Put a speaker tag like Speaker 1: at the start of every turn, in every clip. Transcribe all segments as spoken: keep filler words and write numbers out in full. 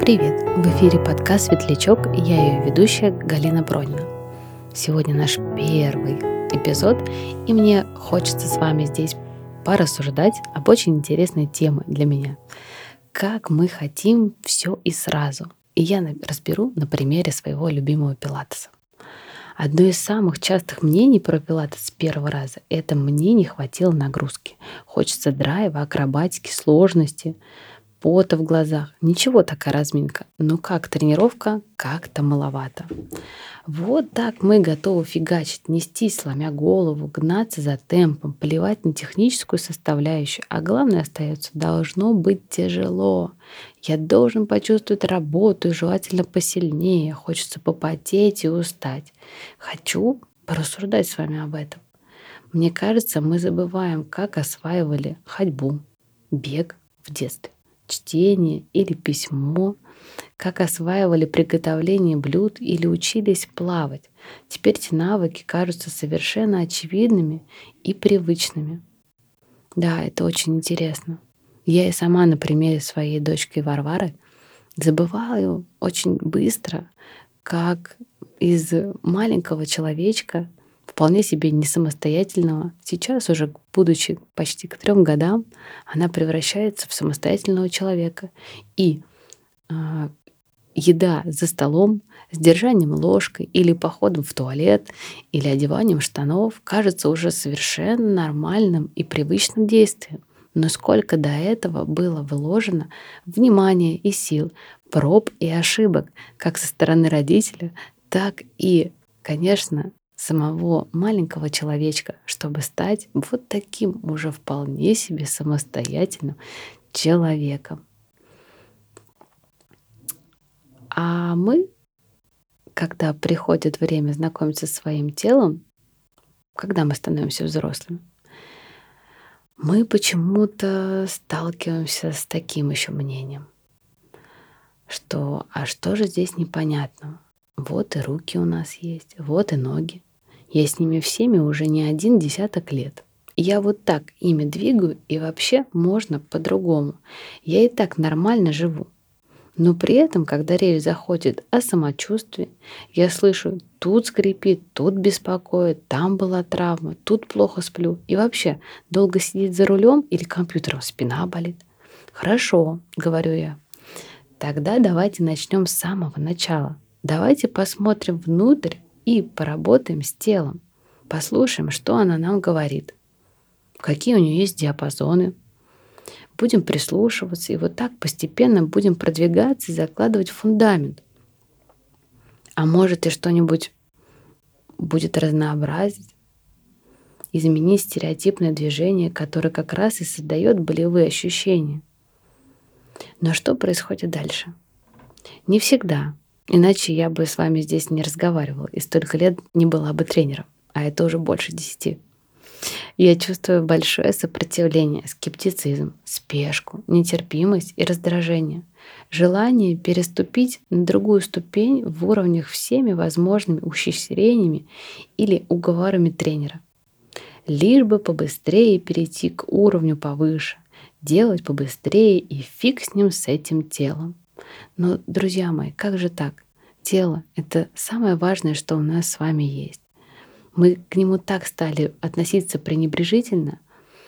Speaker 1: Привет! В эфире подкаст «Светлячок» и я ее ведущая Галина Бронина. Сегодня наш первый эпизод, и мне хочется с вами здесь порассуждать об очень интересной теме для меня. Как мы хотим все и сразу. И я разберу на примере своего любимого пилатеса. Одно из самых частых мнений про пилатес с первого раза — это «мне не хватило нагрузки». Хочется драйва, акробатики, сложности, пота в глазах. Ничего, такая разминка. Но как тренировка, как-то маловато. Вот так мы готовы фигачить, нестись, сломя голову, гнаться за темпом, плевать на техническую составляющую. А главное остается, должно быть тяжело. Я должен почувствовать работу, и желательно посильнее. Хочется попотеть и устать. Хочу порассуждать с вами об этом. Мне кажется, мы забываем, как осваивали ходьбу, бег в детстве, чтение или письмо, как осваивали приготовление блюд или учились плавать. Теперь эти навыки кажутся совершенно очевидными и привычными. Да, это очень интересно. Я и сама на примере своей дочки Варвары забываю очень быстро, как из маленького человечка, вполне себе не самостоятельного, сейчас уже, будучи почти к трем годам, она превращается в самостоятельного человека. И а, еда за столом с держанием ложкой или походом в туалет или одеванием штанов кажется уже совершенно нормальным и привычным действием. Но сколько до этого было вложено внимания и сил, проб и ошибок, как со стороны родителя, так и, конечно, самого маленького человечка, чтобы стать вот таким уже вполне себе самостоятельным человеком. А мы, когда приходит время знакомиться со своим телом, когда мы становимся взрослыми, мы почему-то сталкиваемся с таким еще мнением, что а что же здесь непонятного? Вот и руки у нас есть, вот и ноги. Я с ними всеми уже не один десяток лет. Я вот так ими двигаю, и вообще можно по-другому. Я и так нормально живу. Но при этом, когда речь заходит о самочувствии, я слышу, тут скрипит, тут беспокоит, там была травма, тут плохо сплю. И вообще, долго сидеть за рулем или компьютером спина болит. Хорошо, говорю я. Тогда давайте начнем с самого начала. Давайте посмотрим внутрь и поработаем с телом. Послушаем, что она нам говорит. Какие у нее есть диапазоны. Будем прислушиваться, и вот так постепенно будем продвигаться и закладывать фундамент. А может и что-нибудь будет разнообразить, изменить стереотипное движение, которое как раз и создает болевые ощущения. Но что происходит дальше? Не всегда, иначе я бы с вами здесь не разговаривала и столько лет не была бы тренером, а это уже больше десяти. Я чувствую большое сопротивление, скептицизм, спешку, нетерпимость и раздражение. Желание переступить на другую ступень в уровнях всеми возможными ухищрениями или уговорами тренера. Лишь бы побыстрее перейти к уровню повыше, делать побыстрее и фиг с ним, с этим телом. Но, друзья мои, как же так? Тело — это самое важное, что у нас с вами есть. Мы к нему так стали относиться пренебрежительно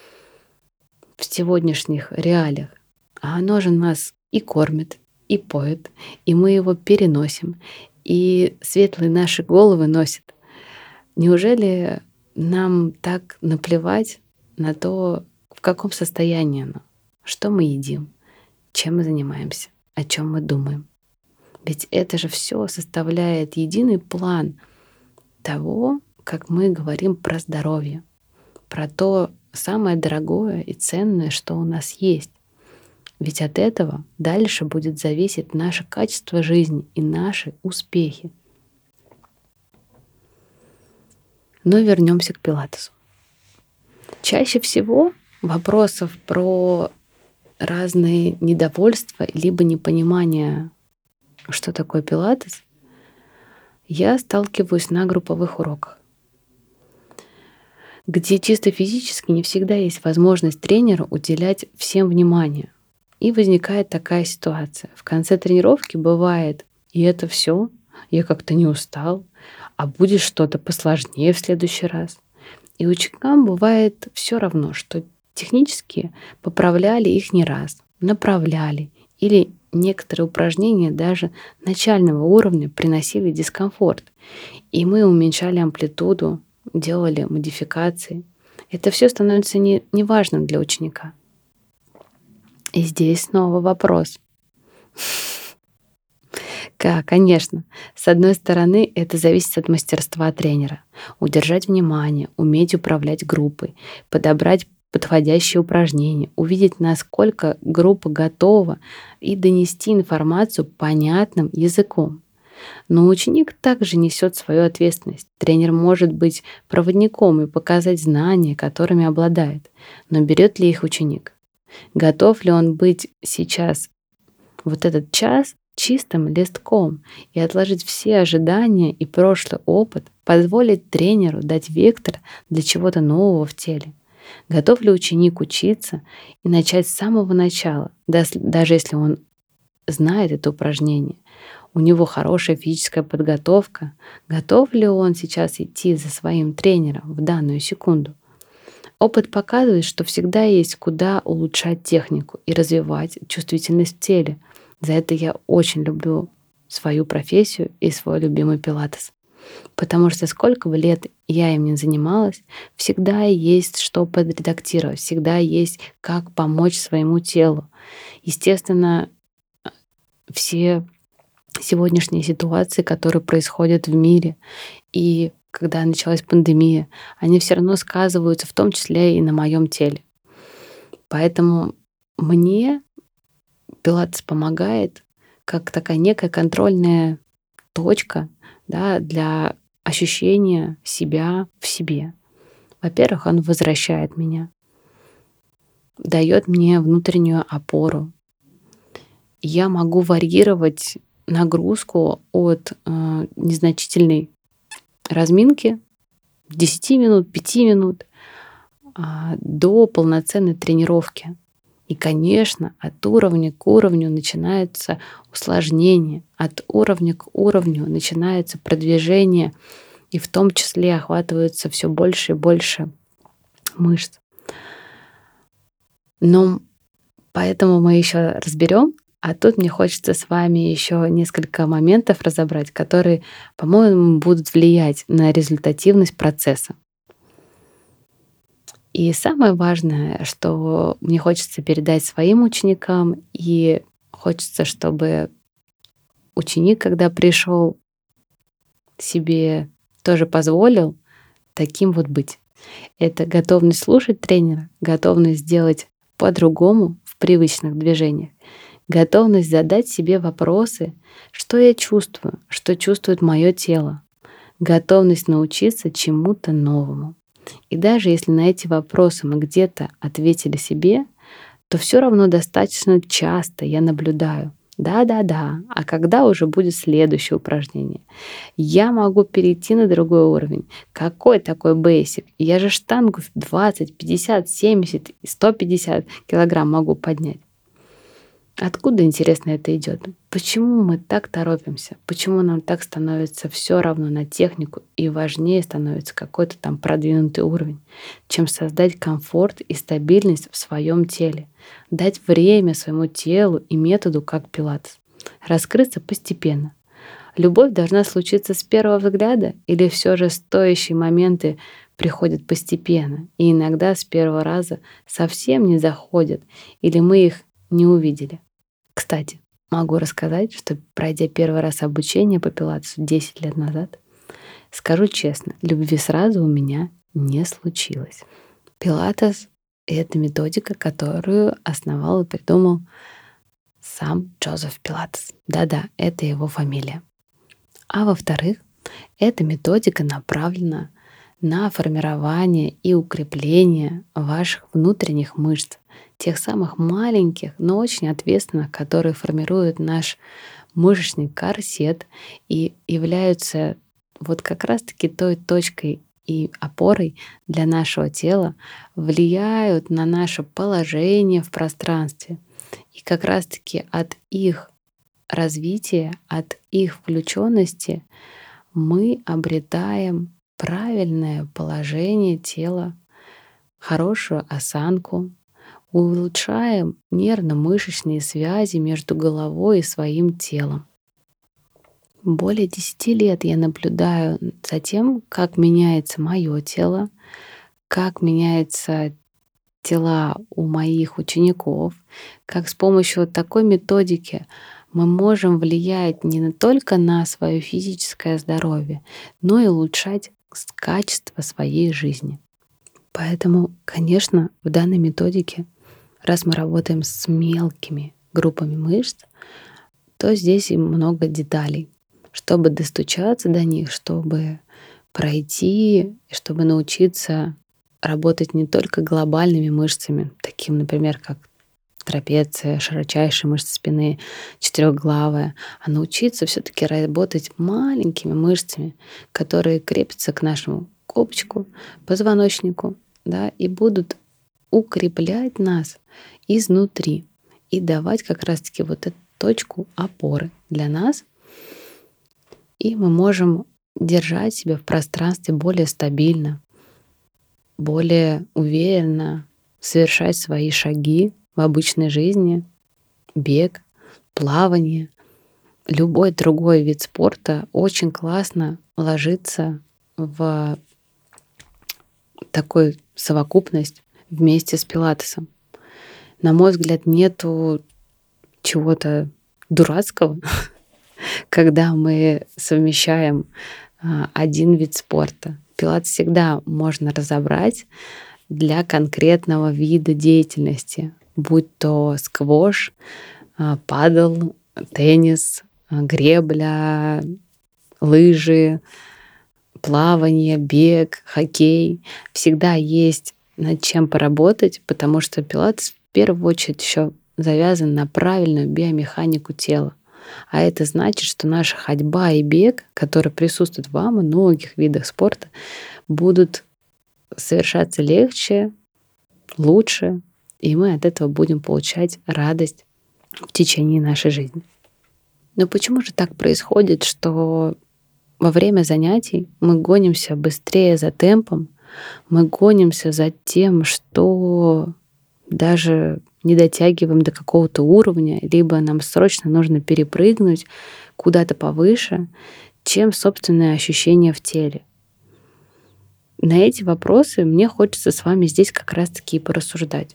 Speaker 1: в сегодняшних реалиях, а оно же нас и кормит, и поет, и мы его переносим, и светлые наши головы носит. Неужели нам так наплевать на то, в каком состоянии оно, что мы едим, чем мы занимаемся, о чем мы думаем? Ведь это же все составляет единый план того, как мы говорим про здоровье, про то самое дорогое и ценное, что у нас есть. Ведь от этого дальше будет зависеть наше качество жизни и наши успехи. Но вернемся к пилатесу. Чаще всего вопросов про разные недовольства либо непонимание, что такое пилатес, я сталкиваюсь на групповых уроках, где чисто физически не всегда есть возможность тренера уделять всем внимание. И возникает такая ситуация. В конце тренировки бывает: "И это всё? Я как-то не устал, а будет что-то посложнее в следующий раз". И ученикам бывает всё равно, что технически поправляли их не раз, направляли или некоторые упражнения даже начального уровня приносили дискомфорт, и мы уменьшали амплитуду, делали модификации. Это всё становится не неважным для ученика. И здесь снова вопрос. Ка конечно, с одной стороны, это зависит от мастерства тренера. Удержать внимание, уметь управлять группой, подобрать подходящие упражнения, увидеть, насколько группа готова, и донести информацию понятным языком. Но ученик также несёт свою ответственность. Тренер может быть проводником и показать знания, которыми обладает. Но берёт ли их ученик? Готов ли он быть сейчас, вот этот час, чистым листком и отложить все ожидания и прошлый опыт, позволить тренеру дать вектор для чего-то нового в теле? Готов ли ученик учиться и начать с самого начала, дас даже если он знает это упражнение, у него хорошая физическая подготовка? Готов ли он сейчас идти за своим тренером в данную секунду? Опыт показывает, что всегда есть куда улучшать технику и развивать чувствительность в теле. За это я очень люблю свою профессию и свой любимый пилатес. Потому что сколько бы лет я им ни занималась, всегда есть что подредактировать, всегда есть как помочь своему телу. Естественно, а, все сегодняшние ситуации, которые происходят в мире, и когда началась пандемия, они всё равно сказываются, в том числе и на моём теле. Поэтому мне пилатес помогает как такая некая контрольная точка, да, для ощущения себя в себе. Во-первых, он возвращает меня, даёт мне внутреннюю опору. Я могу варьировать нагрузку от, э, незначительной разминки десяти минут, пяти минут, а, до полноценной тренировки. И, конечно, от уровня к уровню начинается усложнение, от уровня к уровню начинается продвижение, и в том числе охватывается всё больше и больше мышц. Но поэтому мы ещё разберём, а тут мне хочется с вами ещё несколько моментов разобрать, которые, по-моему, будут влиять на результативность процесса. И самое важное, что мне хочется передать своим ученикам, и хочется, чтобы ученик, когда пришёл, себе тоже позволил таким вот быть. Это готовность слушать тренера, готовность сделать по-другому в привычных движениях, готовность задать себе вопросы: "Что я чувствую? Что чувствует моё тело?" Готовность научиться чему-то новому. И даже если на эти вопросы мы где-то ответили себе, то всё равно достаточно часто я наблюдаю: "Да-да-да, а когда уже будет следующее упражнение? Я могу перейти на другой уровень. Какой такой бейсик? Я же штангу в двадцать, пятьдесят, семьдесят и сто пятьдесят килограмм могу поднять". Откуда, интересно, это идёт? Почему мы так торопимся? Почему нам так становится всё равно на технику и важнее становится какой-то там продвинутый уровень, чем создать комфорт и стабильность в своём теле, дать время своему телу и методу, как пилатес, раскрыться постепенно? Любовь должна случиться с первого взгляда или всё же стоящие моменты приходят постепенно и иногда с первого раза совсем не заходят или мы их не увидели? Кстати, могу рассказать, что, пройдя первый раз обучение по пилатесу десять лет назад, скажу честно, любви сразу у меня не случилось. Пилатес- это методика, которую основал и придумал сам Джозеф Пилатес. Да-да, это его фамилия. А во-вторых, эта методика направлена на формирование и укрепление ваших внутренних мышц, тех самых маленьких, но очень ответственных, которые формируют наш мышечный корсет и являются вот как раз-таки той точкой и опорой для нашего тела, влияют на наше положение в пространстве И как раз-таки от их развития, от их включенности мы обретаем правильное положение тела, хорошую осанку, улучшаем нервно-мышечные связи между головой и своим телом. Более десяти лет я наблюдаю за тем, как меняется мое тело, как меняются тела у моих учеников, как с помощью вот такой методики мы можем влиять не только на свое физическое здоровье, но и улучшать качество своей жизни. Поэтому, конечно, в данной методике, раз мы работаем с мелкими группами мышц, то здесь и много деталей, чтобы достучаться до них, чтобы пройти, чтобы научиться работать не только глобальными мышцами, таким, например, как трапеция, широчайшие мышцы спины, четырехглавая, а научиться все-таки работать маленькими мышцами, которые крепятся к нашему копчику, позвоночнику, да, и будут укреплять нас изнутри и давать как раз-таки вот эту точку опоры для нас. И мы можем держать себя в пространстве более стабильно, более уверенно, совершать свои шаги в обычной жизни, бег, плавание, любой другой вид спорта очень классно ложится в такую совокупность вместе с пилатесом. На мой взгляд, нету чего-то дурацкого, когда мы совмещаем один вид спорта. Пилатес всегда можно разобрать для конкретного вида деятельности, будь то сквош, падл, теннис, гребля, лыжи, плавание, бег, хоккей. Всегда есть над чем поработать, потому что пилатес в первую очередь еще завязан на правильную биомеханику тела. А это значит, что наша ходьба и бег, которые присутствуют во многих видах спорта, будут совершаться легче, лучше, и мы от этого будем получать радость в течение нашей жизни. Но почему же так происходит, что во время занятий мы гонимся быстрее за темпом, мы гонимся за тем, что даже не дотягиваем до какого-то уровня, либо нам срочно нужно перепрыгнуть куда-то повыше, чем собственное ощущение в теле? На эти вопросы мне хочется с вами здесь как раз-таки и порассуждать.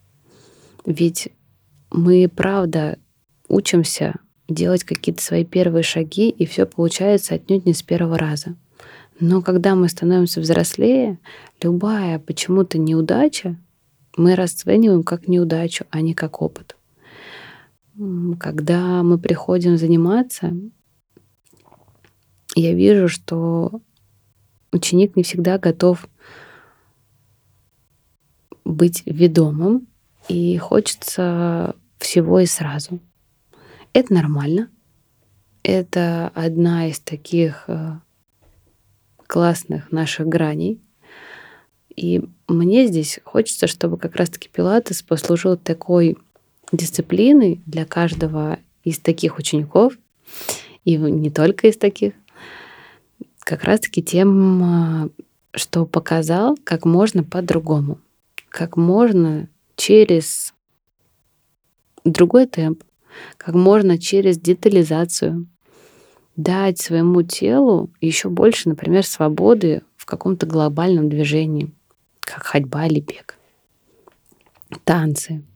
Speaker 1: Ведь мы, правда, учимся делать какие-то свои первые шаги, и все получается отнюдь не с первого раза. Но когда мы становимся взрослее, любая почему-то неудача мы расцениваем как неудачу, а не как опыт. Когда мы приходим заниматься, я вижу, что ученик не всегда готов быть ведомым, и хочется всего и сразу. Это нормально. Это одна из таких классных наших граней. И мне здесь хочется, чтобы как раз-таки пилатес послужил такой дисциплиной для каждого из таких учеников, и не только из таких, как раз-таки тем, что показал, как можно по-другому, как можно через другой темп, как можно через детализацию дать своему телу еще больше, например, свободы в каком-то глобальном движении, как ходьба или бег, танцы,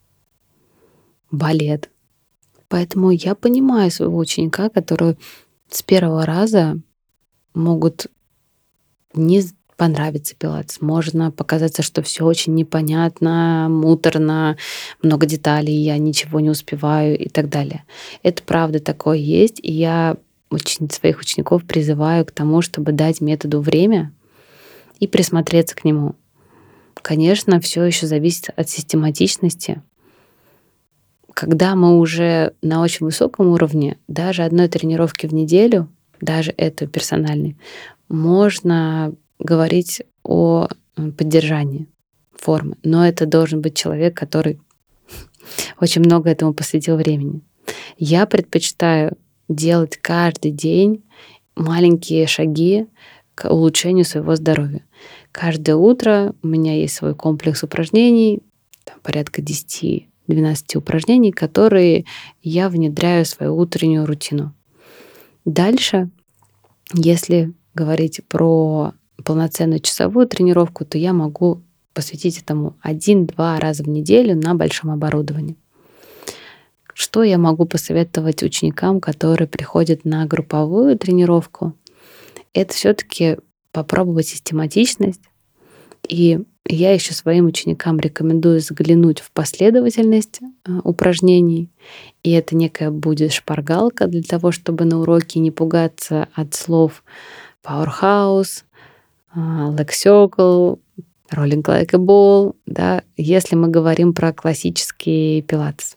Speaker 1: балет. Поэтому я понимаю своего ученика, который с первого раза могут не понравиться пилатес. Можно показаться, что все очень непонятно, муторно, много деталей, я ничего не успеваю и так далее. Это правда такое есть, и я очень своих учеников призываю к тому, чтобы дать методу время и присмотреться к нему. Конечно, все еще зависит от систематичности. Когда мы уже на очень высоком уровне, даже одной тренировки в неделю, даже этой персональной, можно говорить о поддержании формы. Но это должен быть человек, который очень много этому посвятил времени. Я предпочитаю делать каждый день маленькие шаги к улучшению своего здоровья. Каждое утро у меня есть свой комплекс упражнений, там порядка десяти-двенадцати упражнений, которые я внедряю в свою утреннюю рутину. Дальше, если говорить про полноценную часовую тренировку, то я могу посвятить этому один-два раза в неделю на большом оборудовании. Что я могу посоветовать ученикам, которые приходят на групповую тренировку? Это все-таки попробовать систематичность. И я еще своим ученикам рекомендую заглянуть в последовательность упражнений. И это некая будет шпаргалка для того, чтобы на уроке не пугаться от слов powerhouse, leg circle, rolling like a ball, да, если мы говорим про классический пилатес.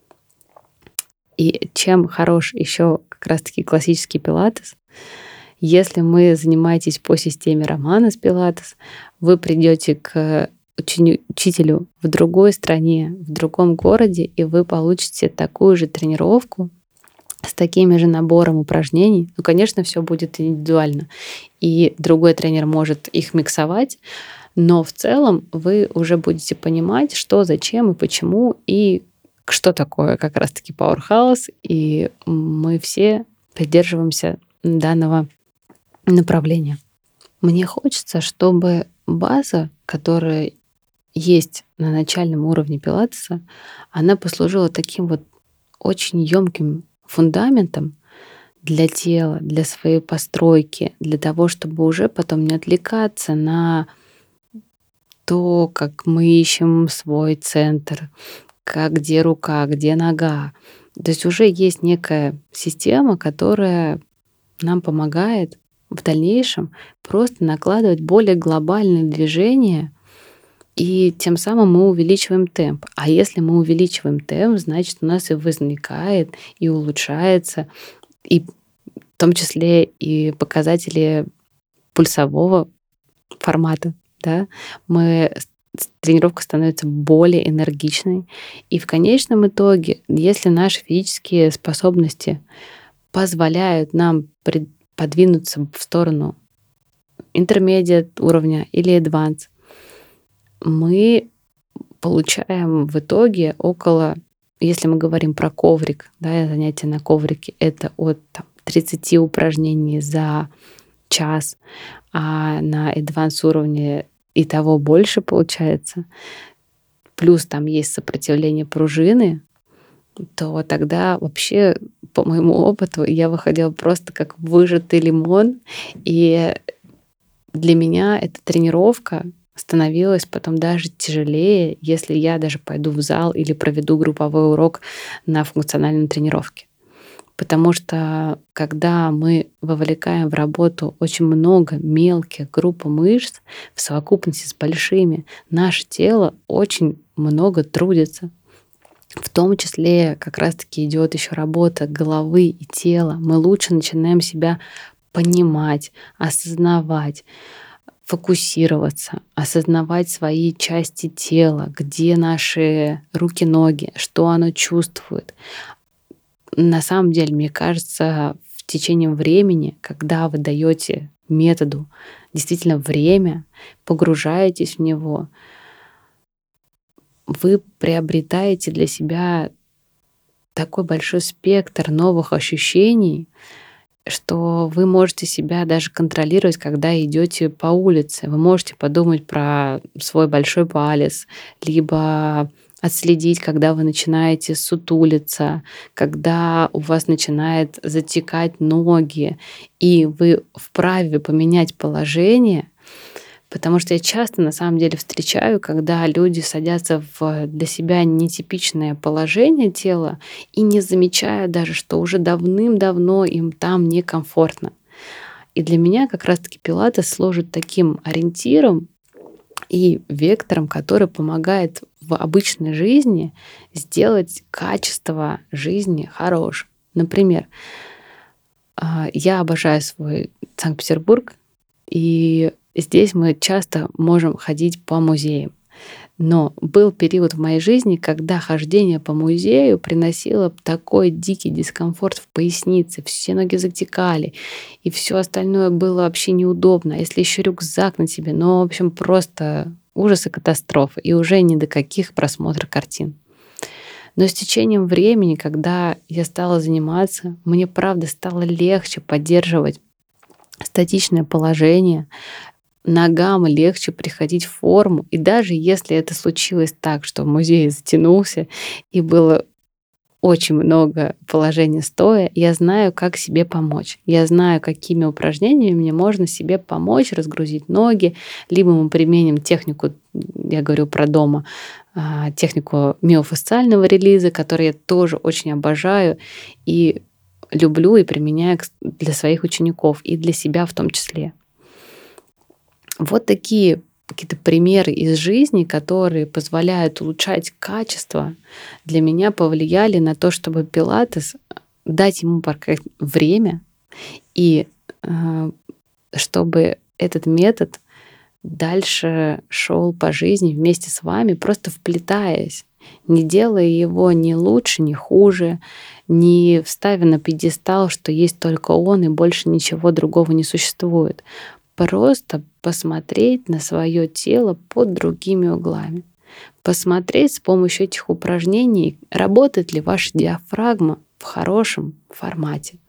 Speaker 1: И чем хорош еще как раз-таки классический пилатес, если мы занимаетесь по системе Романес пилатес, вы придете к учени- учителю в другой стране, в другом городе, и вы получите такую же тренировку с таким же набором упражнений. Ну, конечно, все будет индивидуально, и другой тренер может их миксовать, но в целом вы уже будете понимать, что, зачем и почему, и что такое как раз-таки Powerhouse, и мы все придерживаемся данного направления. Мне хочется, чтобы база, которая есть на начальном уровне пилатеса, она послужила таким вот очень емким фундаментом для тела, для своей постройки, для того, чтобы уже потом не отвлекаться на то, как мы ищем свой центр, как где рука, где нога. То есть уже есть некая система, которая нам помогает в дальнейшем просто накладывать более глобальные движения, и тем самым мы увеличиваем темп. А если мы увеличиваем темп, значит, у нас и возникает, и улучшается, и в том числе и показатели пульсового формата. Да? Мы тренировка становится более энергичной. И в конечном итоге, если наши физические способности позволяют нам подвинуться в сторону intermediate уровня или advanced, мы получаем в итоге около, если мы говорим про коврик, да, занятия на коврике, это от там, тридцати упражнений за час, а на advanced уровне и того больше получается, плюс там есть сопротивление пружины, то тогда вообще, по моему опыту, я выходила просто как выжатый лимон. И для меня эта тренировка становилась потом даже тяжелее, если я даже пойду в зал или проведу групповой урок на функциональной тренировке. Потому что когда мы вовлекаем в работу очень много мелких групп мышц в совокупности с большими, наше тело очень много трудится. В том числе как раз-таки идет еще работа головы и тела. Мы лучше начинаем себя понимать, осознавать, фокусироваться, осознавать свои части тела, где наши руки-ноги, что оно чувствует. На самом деле, мне кажется, в течение времени, когда вы даете методу действительно время, погружаетесь в него, вы приобретаете для себя такой большой спектр новых ощущений, что вы можете себя даже контролировать, когда идете по улице. Вы можете подумать про свой большой палец, либо отследить, когда вы начинаете сутулиться, когда у вас начинает затекать ноги, и вы вправе поменять положение. Потому что я часто, на самом деле, встречаю, когда люди садятся в для себя нетипичное положение тела и не замечая даже, что уже давным-давно им там некомфортно. И для меня как раз-таки пилатес служит таким ориентиром и вектором, который помогает в обычной жизни сделать качество жизни хорошим. Например, я обожаю свой Санкт-Петербург, и здесь мы часто можем ходить по музеям. Но был период в моей жизни, когда хождение по музею приносило такой дикий дискомфорт в пояснице, все ноги затекали, и все остальное было вообще неудобно. А если еще рюкзак на тебе, ну, в общем, просто ужас и катастрофа, и уже ни до каких просмотров картин. Но с течением времени, когда я стала заниматься, мне правда стало легче поддерживать статичное положение, ногам легче приходить в форму. И даже если это случилось так, что музей затянулся и было очень много положений стоя, я знаю, как себе помочь. Я знаю, какими упражнениями мне можно себе помочь, разгрузить ноги. Либо мы применим технику, я говорю про дома, а, технику миофасциального релиза, которую я тоже очень обожаю и люблю и применяю для своих учеников и для себя в том числе. Вот такие какие-то примеры из жизни, которые позволяют улучшать качество, для меня повлияли на то, чтобы пилатес дать ему пока время и э, чтобы этот метод дальше шел по жизни вместе с вами, просто вплетаясь, не делая его ни лучше, ни хуже, не ставя на пьедестал, что есть только он и больше ничего другого не существует. Просто посмотреть на свое тело под другими углами. Посмотреть с помощью этих упражнений, работает ли ваша диафрагма в хорошем формате.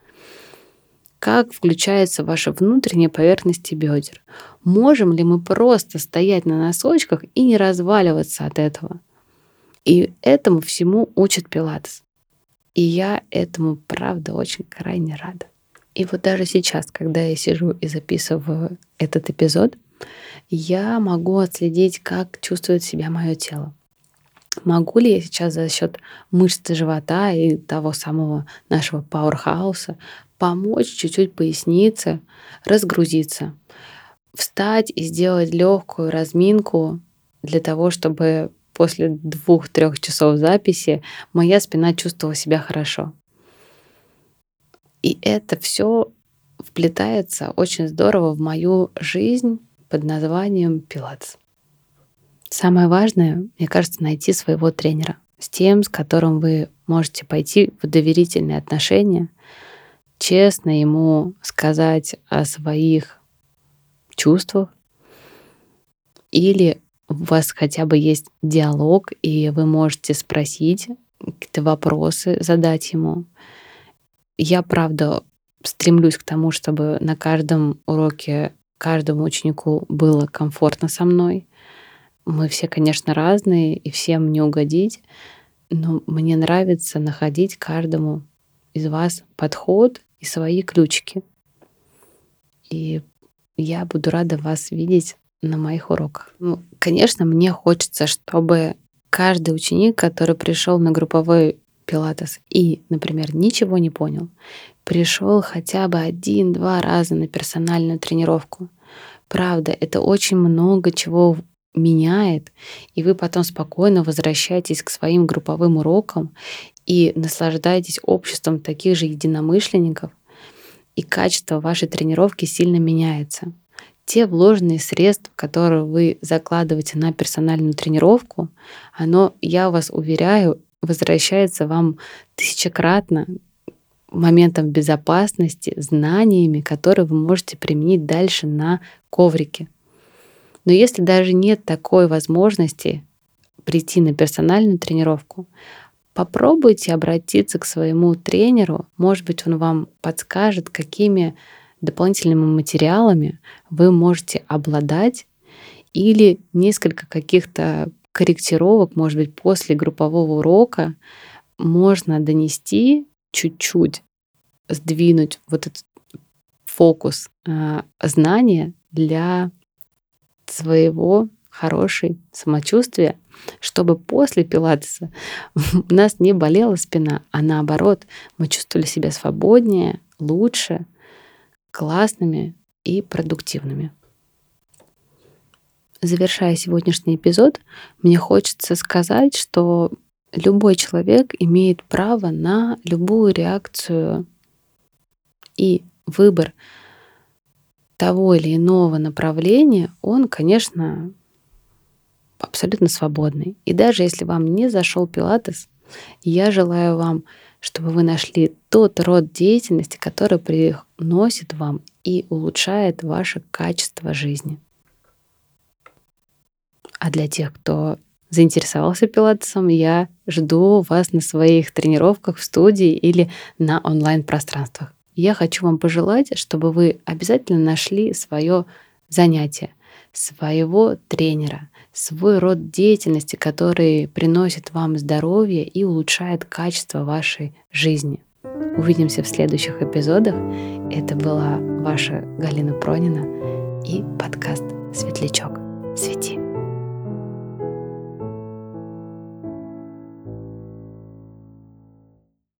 Speaker 1: Как включается ваша внутренняя поверхность бедер. Можем ли мы просто стоять на носочках и не разваливаться от этого? И этому всему учит пилатес. И я этому, правда, очень крайне рада. И вот даже сейчас, когда я сижу и записываю этот эпизод, я могу отследить, как чувствует себя мое тело. Могу ли я сейчас за счет мышц живота и того самого нашего пауэрхауса помочь чуть-чуть пояснице разгрузиться, встать и сделать легкую разминку для того, чтобы после двух-трех часов записи моя спина чувствовала себя хорошо. И это все вплетается очень здорово в мою жизнь под названием пилатес. Самое важное, мне кажется, найти своего тренера, с тем, с которым вы можете пойти в доверительные отношения, честно ему сказать о своих чувствах, или у вас хотя бы есть диалог, и вы можете спросить какие-то вопросы, задать ему. Я, правда, стремлюсь к тому, чтобы на каждом уроке каждому ученику было комфортно со мной. Мы все, конечно, разные, и всем не угодить, но мне нравится находить каждому из вас подход и свои ключики. И я буду рада вас видеть на моих уроках. Ну, конечно, мне хочется, чтобы каждый ученик, который пришел на групповой пилатес и, например, ничего не понял, пришел хотя бы один-два раза на персональную тренировку. Правда, это очень много чего меняет, и вы потом спокойно возвращаетесь к своим групповым урокам и наслаждаетесь обществом таких же единомышленников, и качество вашей тренировки сильно меняется. Те вложенные средства, которые вы закладываете на персональную тренировку, оно, я вас уверяю, возвращается вам тысячекратно моментом безопасности, знаниями, которые вы можете применить дальше на коврике. Но если даже нет такой возможности прийти на персональную тренировку, попробуйте обратиться к своему тренеру. Может быть, он вам подскажет, какими дополнительными материалами вы можете обладать, или несколько каких-то корректировок, может быть, после группового урока можно донести чуть-чуть, сдвинуть вот этот фокус э, знания для своего хорошего самочувствия, чтобы после пилатеса у нас не болела спина, а наоборот, мы чувствовали себя свободнее, лучше, классными и продуктивными. Завершая сегодняшний эпизод, мне хочется сказать, что любой человек имеет право на любую реакцию, и выбор того или иного направления, он, конечно, абсолютно свободный. И даже если вам не зашел пилатес, я желаю вам, чтобы вы нашли тот род деятельности, который приносит вам и улучшает ваше качество жизни. А для тех, кто заинтересовался пилатесом, я жду вас на своих тренировках в студии или на онлайн-пространствах. Я хочу вам пожелать, чтобы вы обязательно нашли свое занятие, своего тренера, свой род деятельности, который приносит вам здоровье и улучшает качество вашей жизни. Увидимся в следующих эпизодах. Это была ваша Галина Пронина и подкаст «Светлячок. Свети».